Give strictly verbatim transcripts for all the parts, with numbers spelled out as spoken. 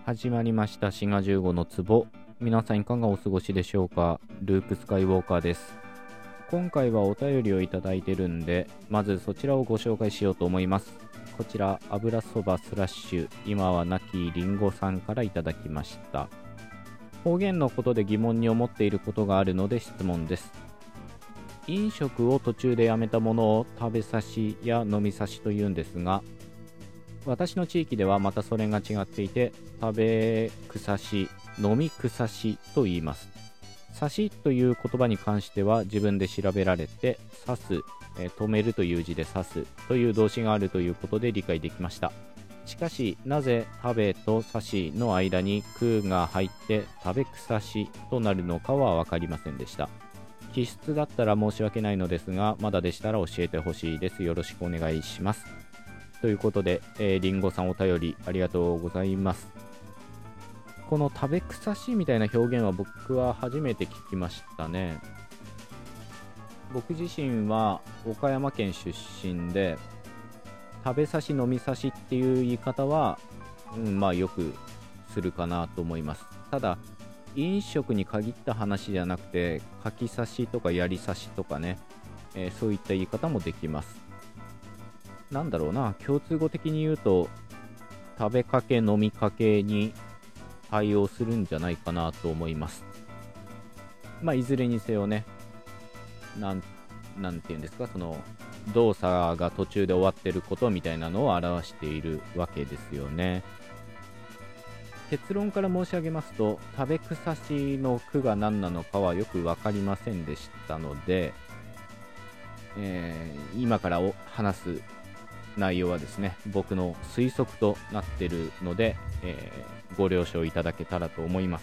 始まりました滋賀じゅうごの壺。皆さんいかがお過ごしでしょうか。ループスカイウォーカーです。今回はお便りをいただいてるんで、まずそちらをご紹介しようと思います。こちら油そばスラッシュ今は亡きりんごさんからいただきました。方言のことで疑問に思っていることがあるので質問です。飲食を途中でやめたものを食べさしや飲みさしと言うんですが、私の地域ではまたそれが違っていて、食べ草し、飲み草しと言います。さしという言葉に関しては自分で調べられて、刺す、えー、止めるという字で刺すという動詞があるということで理解できました。しかし、なぜ食べと刺しの間にくが入って食べ草しとなるのかは分かりませんでした。気質だったら申し訳ないのですが、まだでしたら教えてほしいです。よろしくお願いします。ということで、えー、りんごさんお便りありがとうございます。この食べ草しみたいな表現は僕は初めて聞きましたね。僕自身は岡山県出身で、食べさし飲みさしっていう言い方は、うん、まあよくするかなと思います。ただ飲食に限った話じゃなくて、かき刺しとかやり刺しとかね、えー、そういった言い方もできます。なんだろうな、共通語的に言うと、食べかけ飲みかけに対応するんじゃないかなと思います。まあいずれにせよね、なん、なんていうんですか、その動作が途中で終わってることみたいなのを表しているわけですよね。結論から申し上げますと、食べ草しの句が何なのかはよく分かりませんでしたので、えー、今からお話す内容はですね、僕の推測となっているので、えー、ご了承いただけたらと思います。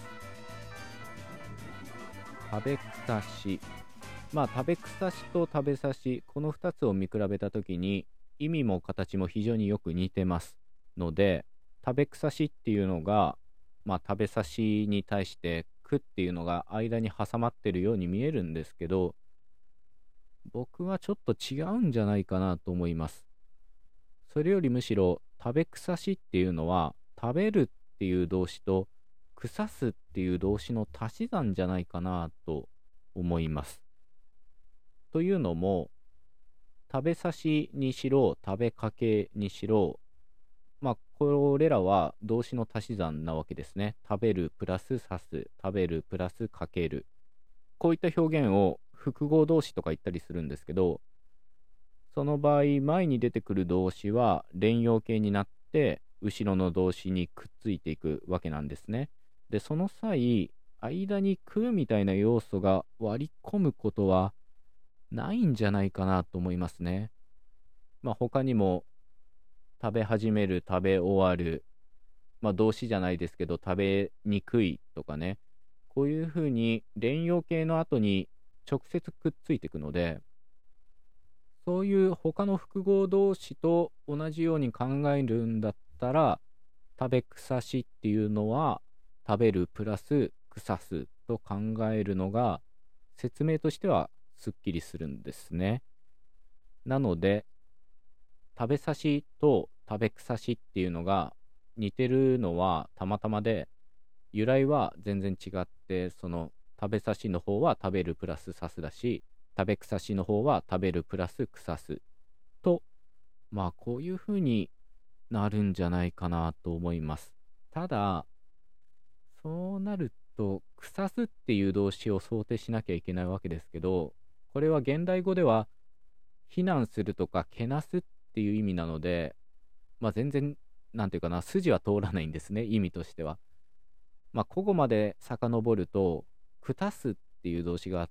食べ草し、まあ食べ草しと食べさし、このふたつを見比べたときに意味も形も非常によく似てますので、食べ草しっていうのが、まあ、食べさしに対してくっていうのが間に挟まってるように見えるんですけど、僕はちょっと違うんじゃないかなと思います。それよりむしろ食べ草しっていうのは食べるっていう動詞と腐すっていう動詞の足し算じゃないかなと思います。というのも、食べさしにしろ食べかけにしろ、まあこれらは動詞の足し算なわけですね。食べるプラス刺す、食べるプラスかける、こういった表現を複合動詞とか言ったりするんですけど、その場合前に出てくる動詞は連用形になって後ろの動詞にくっついていくわけなんですね。でその際、間にくみたいな要素が割り込むことはないんじゃないかなと思いますね。まあ他にも食べ始める、食べ終わる、まあ動詞じゃないですけど食べにくいとかね、こういうふうに連用形の後に直接くっついていくので、そういう他の複合動詞と同じように考えるんだったら、食べ腐しっていうのは食べるプラス腐すと考えるのが説明としてはすっきりするんですね。なので食べさしと食べ腐しっていうのが似てるのはたまたまで、由来は全然違って、その食べさしの方は食べるプラス刺すだし、食べ腐しの方は食べるプラス腐すと、まあこういう風になるんじゃないかなと思います。ただそうなると腐すっていう動詞を想定しなきゃいけないわけですけど、これは現代語では非難するとかけなすっていう意味なので、まあ全然なんていうかな、筋は通らないんですね、意味としては。まあ古語まで遡るとくたすっていう動詞があって、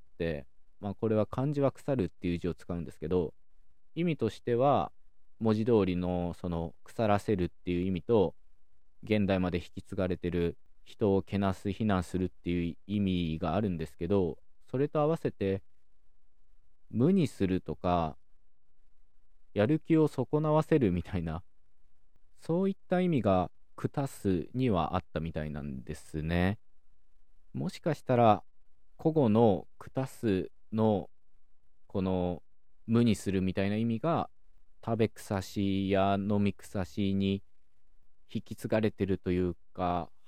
まあこれは漢字は腐るっていう字を使うんですけど、意味としては文字通りのその腐らせるっていう意味と、現代まで引き継がれてる人をけなす、非難するっていう意味があるんですけど、それと合わせて無にするとかやる気を損なわせるみたいな、そういった意味がくたすにはあったみたいなんですね。もしかしたら古語のくたすのこの無にするみたいな意味が食べ草しや飲み草しに引き継がれてるというか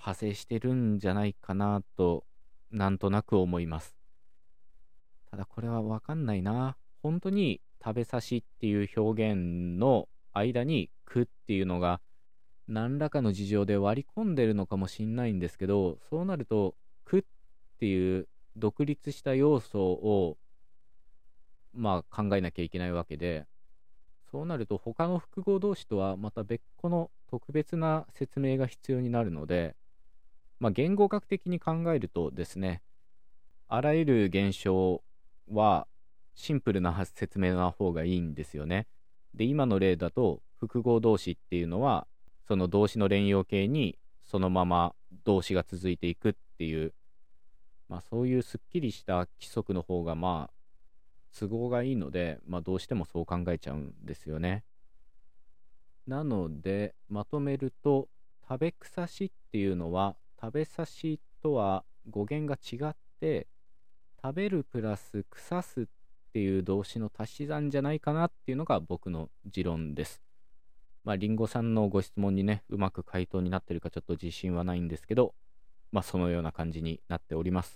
派生してるんじゃないかなとなんとなく思います。ただこれは分かんないな。本当に食べさしっていう表現の間にくっていうのが何らかの事情で割り込んでるのかもしんないんですけど、そうなるとくっていう独立した要素をまあ考えなきゃいけないわけで、そうなると他の複合動詞とはまた別個の特別な説明が必要になるので、まあ、言語学的に考えるとですね、あらゆる現象はシンプルな説明の方がいいんですよね。で、今の例だと複合動詞っていうのはその動詞の連用形にそのまま動詞が続いていくっていう、まあ、そういうすっきりした規則の方がまあ都合がいいので、まあ、どうしてもそう考えちゃうんですよね。なのでまとめると、食べ草しっていうのは食べさしとは語源が違って、食べるプラス腐すっていう動詞の足し算じゃないかなっていうのが僕の持論です。まあリンゴさんのご質問にね、うまく回答になってるかちょっと自信はないんですけど、まあそのような感じになっております。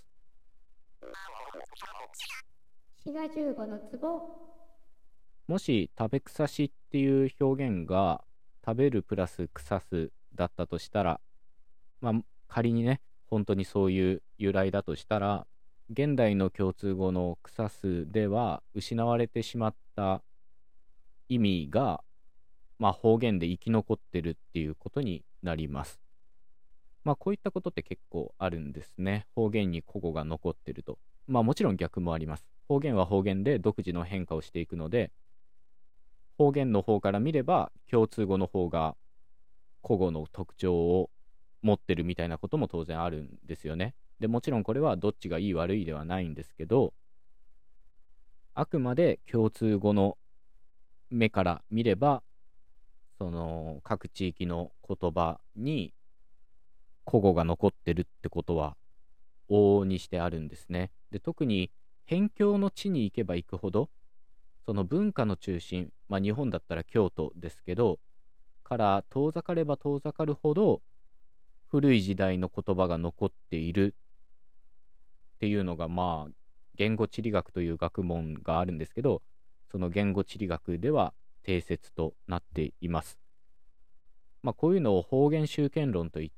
滋賀じゅうごの壺。 もし食べ草しっていう表現が食べるプラス腐すだったとしたら、まあ仮にね本当にそういう由来だとしたら、現代の共通語の腐すでは失われてしまった意味が、まあ、方言で生き残ってるっていうことになります。まあこういったことって結構あるんですね。方言に古語が残ってると。まあもちろん逆もあります。方言は方言で独自の変化をしていくので、方言の方から見れば共通語の方が古語の特徴を持ってるみたいなことも当然あるんですよね。でもちろんこれはどっちがいい悪いではないんですけど、あくまで共通語の目から見れば、その各地域の言葉に古語が残ってるってことは往々にしてあるんですね。で、特に辺境の地に行けば行くほど、その文化の中心、まあ日本だったら京都ですけど、から遠ざかれば遠ざかるほど古い時代の言葉が残っているっていうのが、まあ言語地理学という学問があるんですけど、その言語地理学では定説となっています。まあこういうのを方言集権論といって、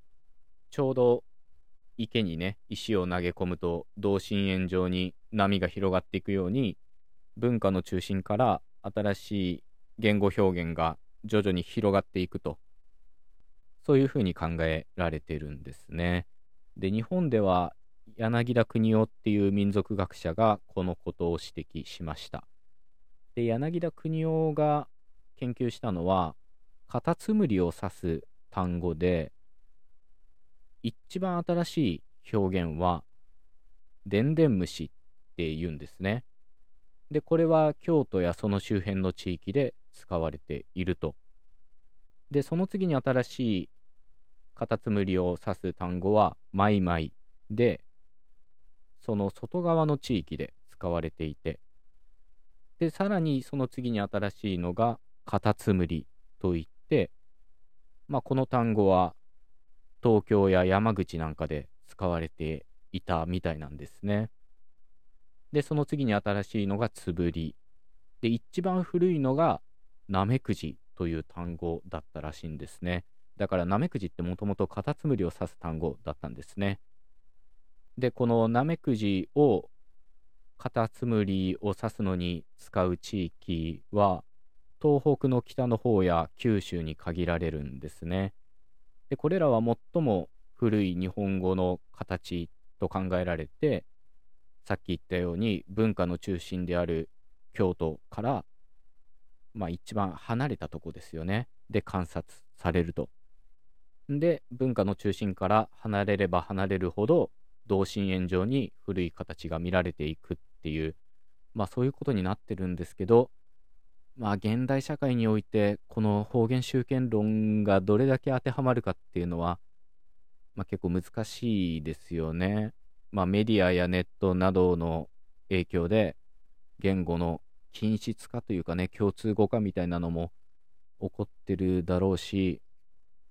ちょうど池にね石を投げ込むと同心円状に波が広がっていくように、文化の中心から新しい言語表現が徐々に広がっていくと、そういうふうに考えられているんですね。で、日本では柳田国男っていう民族学者がこのことを指摘しました。で、柳田国男が研究したのはカタツムリを指す単語で、一番新しい表現はでんでん虫って言うんですね。で、これは京都やその周辺の地域で使われていると。で、その次に新しいカタツムリを指す単語はマイマイで、その外側の地域で使われていて、で、さらにその次に新しいのがカタツムリといって、まあ、この単語は東京や山口なんかで使われていたみたいなんですね。で、その次に新しいのがつぶり。で、一番古いのがナメクジという単語だったらしいんですね。だからナメクジってもともとカタツムリを指す単語だったんですね。で、このナメクジをカタツムリを指すのに使う地域は東北の北の方や九州に限られるんですね。で、これらは最も古い日本語の形と考えられて、さっき言ったように文化の中心である京都から、まあ一番離れたとこですよね。で、観察されると。で、文化の中心から離れれば離れるほど、同心円状に古い形が見られていくっていう、まあそういうことになってるんですけど、まあ現代社会において、この方言集権論がどれだけ当てはまるかっていうのは、まあ結構難しいですよね。まあメディアやネットなどの影響で、言語の均質化というかね、共通語化みたいなのも起こってるだろうし、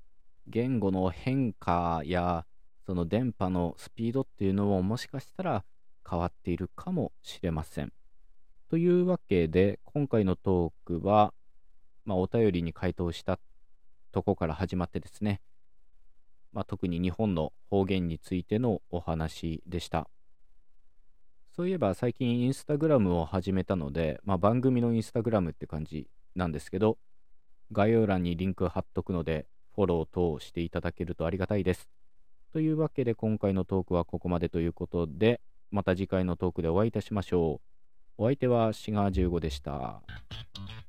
言語の変化やその電波のスピードっていうのももしかしたら変わっているかもしれません。というわけで今回のトークは、まあ、お便りに回答したとこから始まってですね、まあ、特に日本の方言についてのお話でした。そういえば最近インスタグラムを始めたので、まあ、番組のインスタグラムって感じなんですけど、概要欄にリンク貼っとくのでフォロー等していただけるとありがたいです。というわけで今回のトークはここまでということで、また次回のトークでお会いいたしましょう。お相手はシガーじゅうごでした。